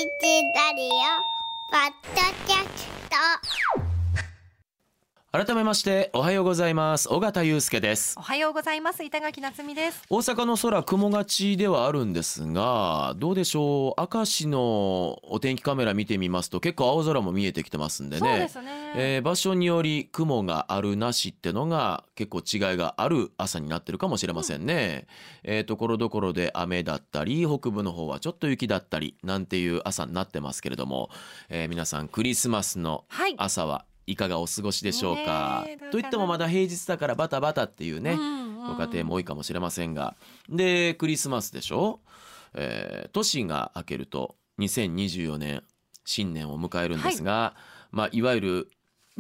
ラディオポッドキャスト。 改めましておはようございます。尾形祐介です。 おはようございます。板垣夏美です。 大阪の空雲がちではあるんですが、どうでしょう。明石のお天気カメラ見てみますと結構青空も見えてきてますんでね。 そうですね。 場所により雲があるなしってのが結構違いがある朝になってるかもしれませんね。ところどころで雨だったり、北部の方はちょっと雪だったりなんていう朝になってますけれども、皆さんクリスマスの朝はいかがお過ごしでしょうか。といってもまだ平日だからバタバタっていうね、ご家庭も多いかもしれませんが、でクリスマスでしょ。年が明けると2024年新年を迎えるんですが、いわゆる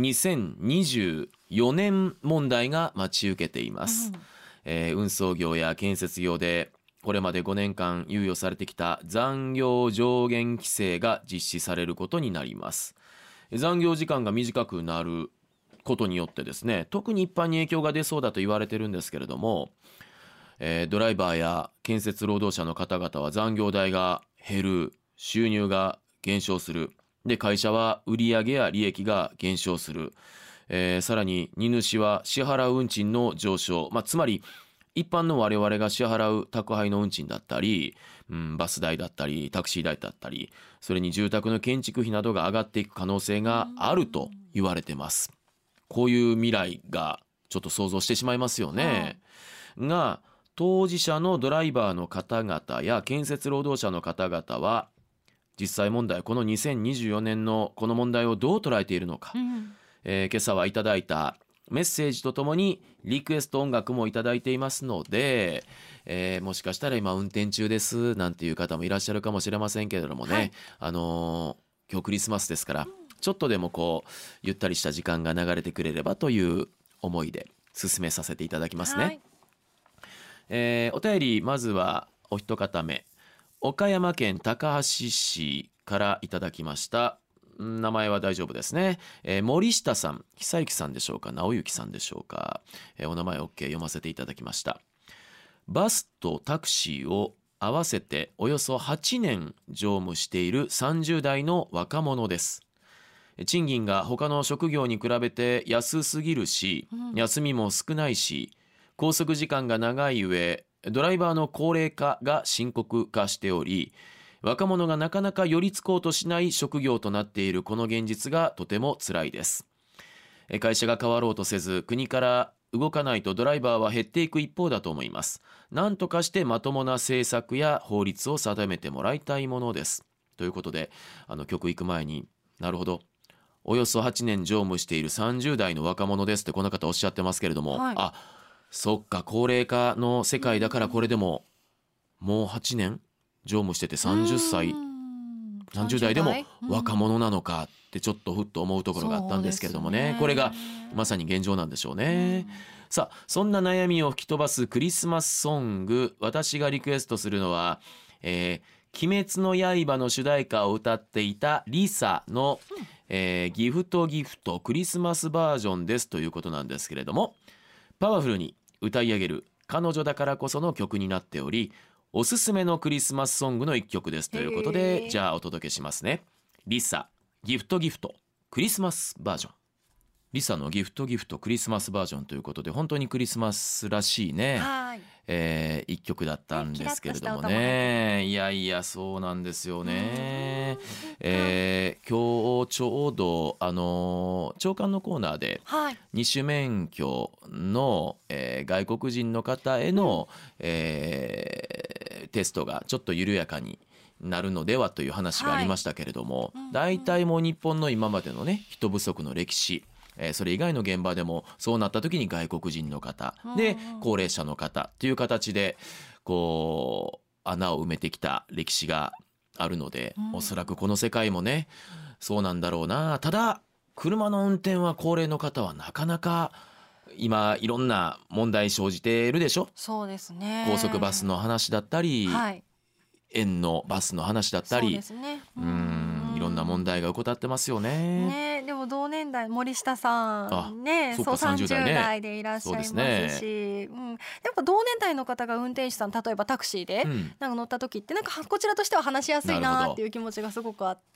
2024年問題が待ち受けています。運送業や建設業でこれまで5年間猶予されてきた残業上限規制が実施されることになります。残業時間が短くなることによってですね、特に一般に影響が出そうだと言われてるんですけれども、ドライバーや建設労働者の方々は残業代が減る、収入が減少する、で会社は売上や利益が減少する、さらに荷主は支払う運賃の上昇、つまり一般の我々が支払う宅配の運賃だったり、バス代だったりタクシー代だったり、それに住宅の建築費などが上がっていく可能性があると言われてます。こういう未来がちょっと想像してしまいますよね。が当事者のドライバーの方々や建設労働者の方々は実際問題、この2024年のこの問題をどう捉えているのか、今朝はいただいたメッセージとともにリクエスト音楽もいただいていますので、もしかしたら今運転中ですなんていう方もいらっしゃるかもしれませんけれどもね、今日クリスマスですから、ちょっとでもこうゆったりした時間が流れてくれればという思いで進めさせていただきますね。お便りまずはお一方目、岡山県高梁市からいただきました。名前は大丈夫ですね。森下さん、久幸さんでしょうか、直之さんでしょうか。お名前 OK 読ませていただきました。バスとタクシーを合わせておよそ8年乗務している30代の若者です。賃金が他の職業に比べて安すぎるし、休みも少ないし、拘束時間が長い上、ドライバーの高齢化が深刻化しており、若者がなかなか寄りつこうとしない職業となっているこの現実がとても辛いです。会社が変わろうとせず、国から動かないとドライバーは減っていく一方だと思います。なんとかしてまともな政策や法律を定めてもらいたいものです。ということで、曲行く前に、なるほど、およそ8年乗務している30代の若者ですってこの方おっしゃってますけれども、そっか、高齢化の世界だからこれでももう8年乗務してて30歳30代でも若者なのかってちょっとふっと思うところがあったんですけれどもね、これがまさに現状なんでしょうね。さあ、そんな悩みを吹き飛ばすクリスマスソング、私がリクエストするのは、鬼滅の刃の主題歌を歌っていたリサの、ギフトギフトクリスマスバージョンですということなんですけれども、パワフルに歌い上げる彼女だからこその曲になっており、おすすめのクリスマスソングの一曲ですということで、じゃあお届けしますね。リサギフトギフトクリスマスバージョン。リサのギフトギフトクリスマスバージョンということで、本当にクリスマスらしいね、一曲だったんですけれどもね。いやいや、そうなんですよね。今日ちょうど長官のコーナーで、二種免許の、外国人の方への、テストがちょっと緩やかになるのではという話がありましたけれども、大体もう日本の今までのね、人不足の歴史、それ以外の現場でもそうなった時に外国人の方で高齢者の方という形でこう穴を埋めてきた歴史があるので、おそらくこの世界もねそうなんだろうな。ただ車の運転は高齢の方はなかなか今いろんな問題生じているでしょ。 そうですね。 高速バスの話だったり、園のバスの話だったり、 いろんな問題が起こってますよね。 ね、でも同年代森下さんね、 そっか 30 30代ね代でいらっしゃいますし、 そうですやっぱ同年代の方が運転手さん、例えばタクシーでなんか乗った時ってなんかこちらとしては話しやすいなっていう気持ちがすごくあって、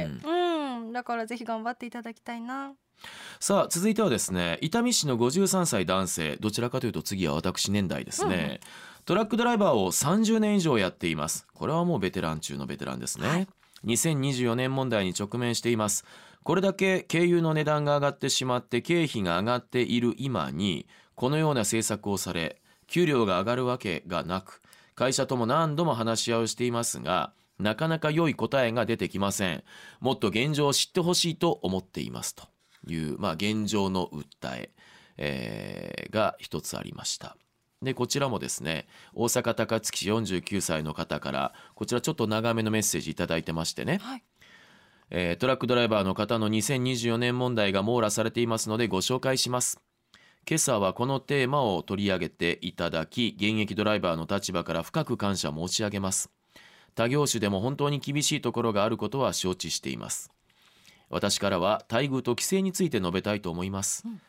だからぜひ頑張っていただきたいな。 さあ続いてはですね、伊丹市の53歳男性、どちらかというと次は私年代ですね、トラックドライバーを30年以上やっています。これはもうベテラン中のベテランですね、2024年問題に直面しています。これだけ軽油の値段が上がってしまって経費が上がっている今にこのような政策をされ、給料が上がるわけがなく、会社とも何度も話し合いをしていますが、なかなか良い答えが出てきません。もっと現状を知ってほしいと思っていますという、現状の訴えが一つありました。でこちらもですね、大阪高槻市49歳の方からこちらちょっと長めのメッセージいただいてましてね、トラックドライバーの方の2024年問題が網羅されていますのでご紹介します。今朝はこのテーマを取り上げていただき、現役ドライバーの立場から深く感謝申し上げます。他業種でも本当に厳しいところがあることは承知しています。私からは待遇と規制について述べたいと思います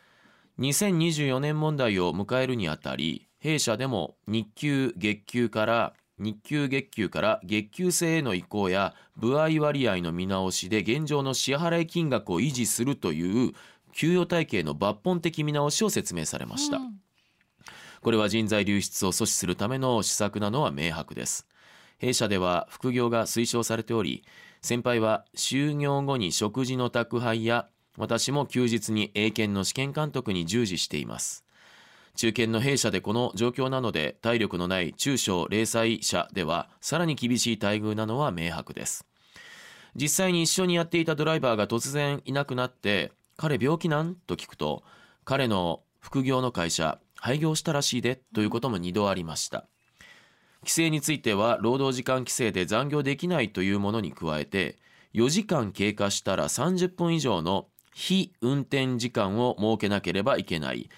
、2024年問題を迎えるにあたり、弊社でも日給月給から月給制への移行や歩合割合の見直しで現状の支払い金額を維持するという給与体系の抜本的見直しを説明されました、これは人材流出を阻止するための施策なのは明白です。弊社では副業が推奨されており、先輩は就業後に食事の宅配や、私も休日に英検の試験監督に従事しています。中堅の弊社でこの状況なので、体力のない中小零細社ではさらに厳しい待遇なのは明白です。実際に一緒にやっていたドライバーが突然いなくなって、彼病気なんと聞くと、彼の副業の会社廃業したらしいでということも2度ありました。規制については労働時間規制で残業できないというものに加えて、4時間経過したら30分以上の非運転時間を設けなければいけない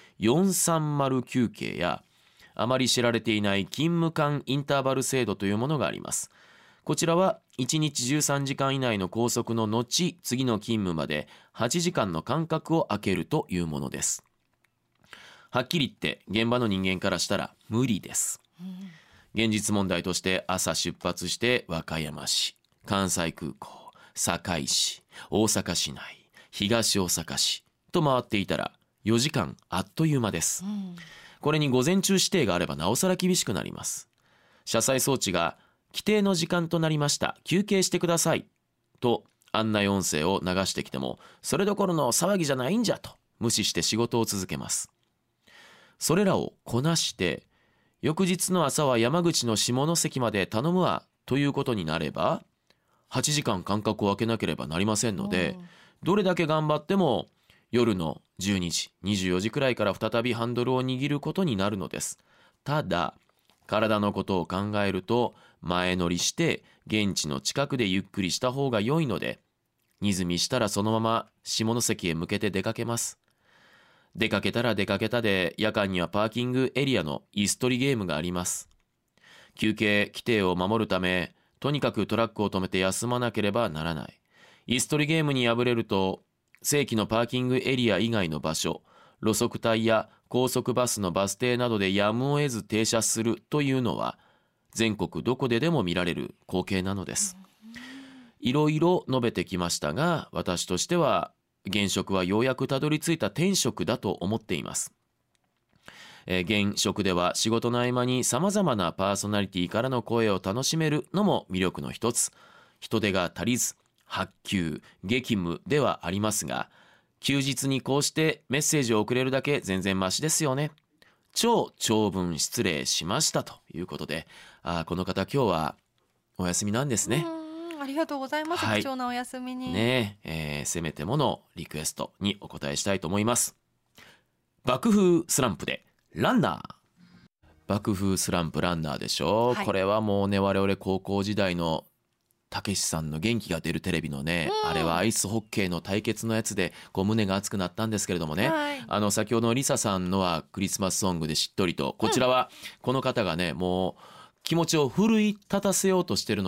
430休憩や、あまり知られていない勤務間インターバル制度というものがあります。こちらは1日13時間以内の拘束の後、次の勤務まで8時間の間隔を空けるというものです。はっきり言って現場の人間からしたら無理です、現実問題として朝出発して和歌山市、関西空港、堺市、大阪市内、東大阪市と回っていたら4時間あっという間です、これに午前中指定があればなおさら厳しくなります。車載装置が規定の時間となりました、休憩してくださいと案内音声を流してきても、それどころの騒ぎじゃないんじゃと無視して仕事を続けます。それらをこなして翌日の朝は山口の下関まで頼むわということになれば、8時間間隔を空けなければなりませんので、どれだけ頑張っても夜の12時、24時くらいから再びハンドルを握ることになるのです。ただ体のことを考えると前乗りして現地の近くでゆっくりした方が良いので、荷積みしたらそのまま下関へ向けて出かけます。出かけたら出かけたで、夜間にはパーキングエリアの椅子取りゲームがあります。休憩規定を守るため、とにかくトラックを止めて休まなければならない。椅子取りゲームに敗れると、正規のパーキングエリア以外の場所、路側帯や高速バスのバス停などでやむを得ず停車するというのは、全国どこででも見られる光景なのです。いろいろ述べてきましたが、私としては現職はようやくたどり着いた転職だと思っています。現職では仕事の合間にさまざまなパーソナリティからの声を楽しめるのも魅力の一つ。人手が足りず発給激務ではありますが、休日にこうしてメッセージを送れるだけ全然マシですよね。超長文失礼しましたということで、この方今日はお休みなんですね。 ありがとうございます、貴重なお休みにせめてものリクエストにお答えしたいと思います。爆風スランプでランナー。爆風スランプランナーでしょ、これはもうね、我々高校時代のたけしさんの元気が出るテレビのね、あれはアイスホッケーの対決のやつでこう胸が熱くなったんですけれどもね、先ほどのリサさんのはクリスマスソングでしっとりと、こちらはこの方がね、もう気持ちを奮い立たせようとしてるのが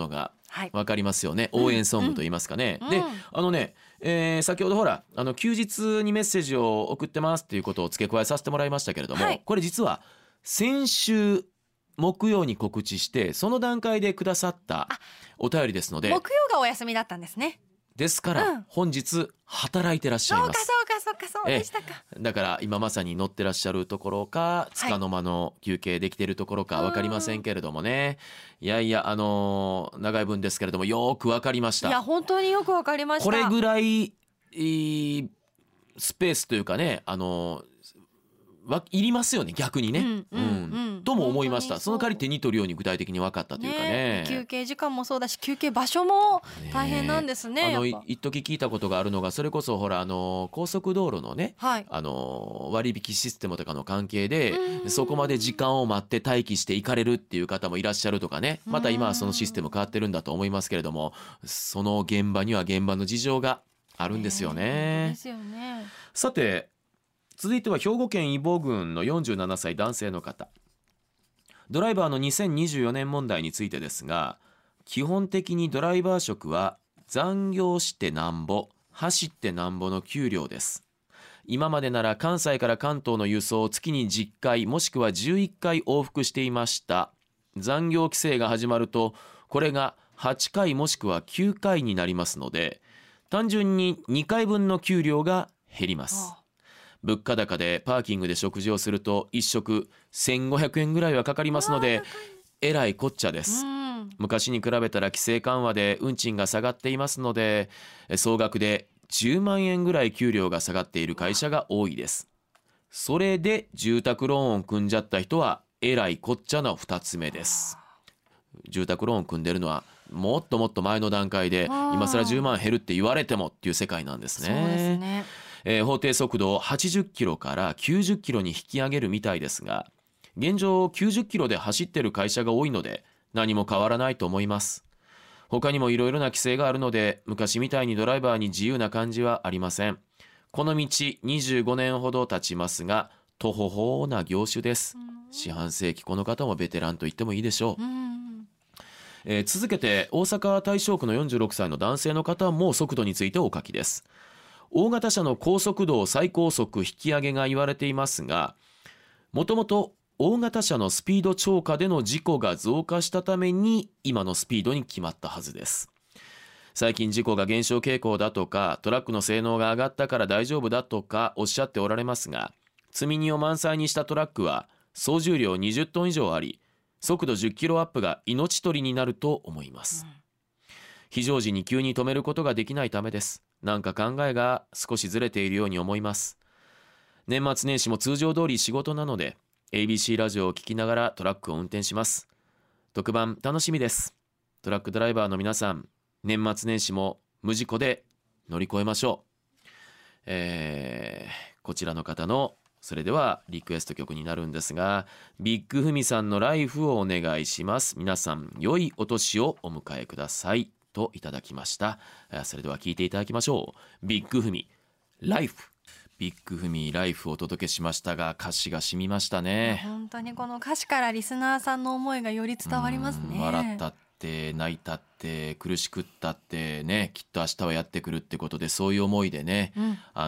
わかりますよね、応援ソングと言いますかね、で先ほどほら休日にメッセージを送ってますっていうことを付け加えさせてもらいましたけれども、これ実は先週木曜に告知してその段階でくださったお便りですので、 木曜がお休みだったんですね。 ですから、本日働いてらっしゃいます。 そうでしたか。 だから今まさに乗ってらっしゃるところか、束の間の休憩できているところか分かりませんけれどもね。いや長い分ですけれどもよく分かりました。 いや本当によく分かりました。 これぐらいスペースというかねいりますよね、逆にね、とも思いました。その代わり手に取るように具体的に分かったというかね。 休憩時間もそうだし休憩場所も大変なんですね。 一時聞いたことがあるのが、それこそほら高速道路のね、割引システムとかの関係でそこまで時間を待って待機して行かれるっていう方もいらっしゃるとかね。また今はそのシステム変わってるんだと思いますけれども、その現場には現場の事情があるんですよね。さて続いては兵庫県揖保郡の47歳男性の方。ドライバーの2024年問題についてですが、基本的にドライバー職は残業してなんぼ走ってなんぼの給料です。今までなら関西から関東の輸送を月に10回もしくは11回往復していました。残業規制が始まるとこれが8回もしくは9回になりますので、単純に2回分の給料が減ります。物価高でパーキングで食事をすると1食1500円ぐらいはかかりますので、えらいこっちゃです。昔に比べたら規制緩和で運賃が下がっていますので、総額で10万円ぐらい給料が下がっている会社が多いです。それで住宅ローンを組んじゃった人はえらいこっちゃの2つ目です。住宅ローン組んでるのはもっともっと前の段階で、今更10万減るって言われてもっていう世界なんですね。 そうですね。 法定速度を80キロから90キロに引き上げるみたいですが、現状90キロで走ってる会社が多いので何も変わらないと思います。他にもいろいろな規制があるので、昔みたいにドライバーに自由な感じはありません。この道25年ほど経ちますが、とほほな業種です。四半世紀この方もベテランと言ってもいいでしょう。続けて大阪大正区の46歳の男性の方も速度についてお書きです。大型車の高速度最高速引き上げが言われていますが、もともと大型車のスピード超過での事故が増加したために今のスピードに決まったはずです。最近事故が減少傾向だとか、トラックの性能が上がったから大丈夫だとかおっしゃっておられますが、積み荷を満載にしたトラックは総重量20トン以上あり、速度10キロアップが命取りになると思います。非常時に急に止めることができないためです。なんか考えが少しずれているように思います。年末年始も通常通り仕事なので ABC ラジオを聞きながらトラックを運転します。特番楽しみです。トラックドライバーの皆さん、年末年始も無事故で乗り越えましょう。こちらの方のそれではリクエスト曲になるんですが、ビッグフミさんのライフをお願いします。皆さん良いお年をお迎えくださいといただきました。それでは聞いていただきましょう。ビッグフミライフ。ビッグフミライフをお届けしましたが、歌詞が染みましたね。 本当にこの歌詞からリスナーさんの思いがより伝わりますね。 笑ったって泣いたって苦しくったってね、きっと明日はやってくるってことで、そういう思いでね、今日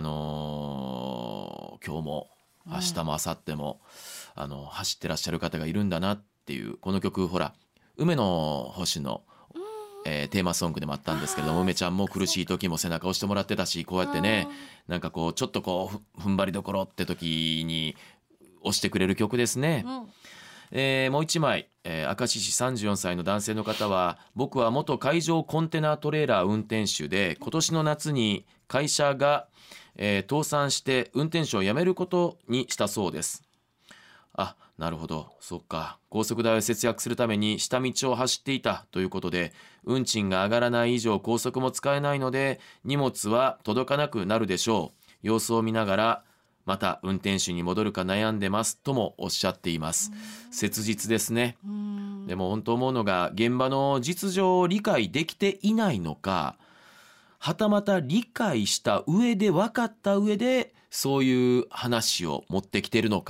も明日も明後日も走ってらっしゃる方がいるんだなっていう。この曲ほら梅の星のテーマソングでもあったんですけれども、梅ちゃんも苦しい時も背中を押してもらってたし、こうやってね、なんかこうちょっとこう踏ん張りどころって時に押してくれる曲ですね。もう一枚、明石市34歳の男性の方は、僕は元海上コンテナトレーラー運転手で、今年の夏に会社が、倒産して運転手を辞めることにしたそうです。あ、なるほど、そっか。高速代を節約するために下道を走っていたということで、運賃が上がらない以上高速も使えないので荷物は届かなくなるでしょう。様子を見ながらまた運転手に戻るか悩んでますともおっしゃっています。切実ですね。でも本当思うのが、現場の実情を理解できていないのか、はたまた理解した上で分かった上でそういう話を持ってきてるのか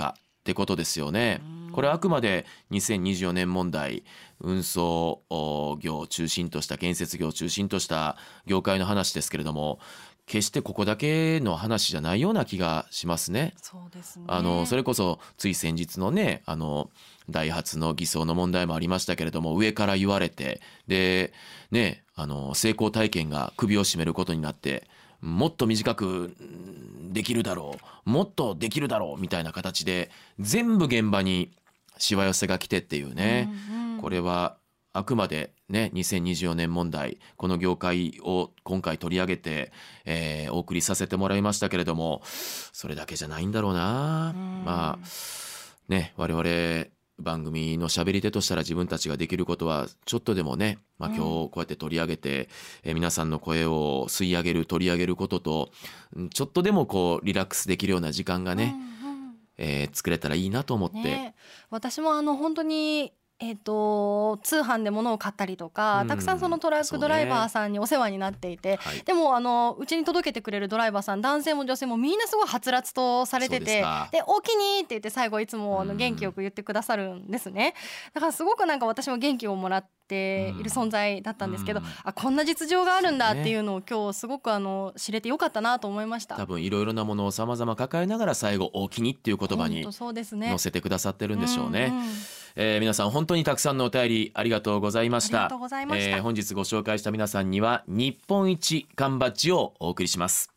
ってことですよね。これはあくまで2024年問題、運送業を中心とした建設業を中心とした業界の話ですけれども、決してここだけの話じゃないような気がしますね。 そうですね。 それこそつい先日のね、ダイハツの偽装の問題もありましたけれども、上から言われて、でね、成功体験が首を絞めることになって、もっと短くできるだろう、もっとできるだろうみたいな形で全部現場にしわ寄せが来てっていうね、これはあくまでね2024年問題、この業界を今回取り上げて、お送りさせてもらいましたけれども、それだけじゃないんだろうな。まあね、我々番組の喋り手としたら自分たちができることはちょっとでもね、今日こうやって取り上げて、皆さんの声を吸い上げる、取り上げることと、ちょっとでもこうリラックスできるような時間がね、作れたらいいなと思って、 私も本当に通販で物を買ったりとか、たくさんそのトラックドライバーさんにお世話になっていて、でもうちに届けてくれるドライバーさん、男性も女性もみんなすごいはつらつとされてて、でおおきにって言って最後いつも元気よく言ってくださるんですね。だからすごくなんか私も元気をもらっている存在だったんですけど、こんな実情があるんだっていうのを今日すごく知れてよかったなと思いました。 多分いろいろなものを様々抱えながら最後おおきにっていう言葉に乗せてくださってるんでしょうね。皆さん本当にたくさんのお便りありがとうございました。本日ご紹介した皆さんには日本一缶バッジをお送りします。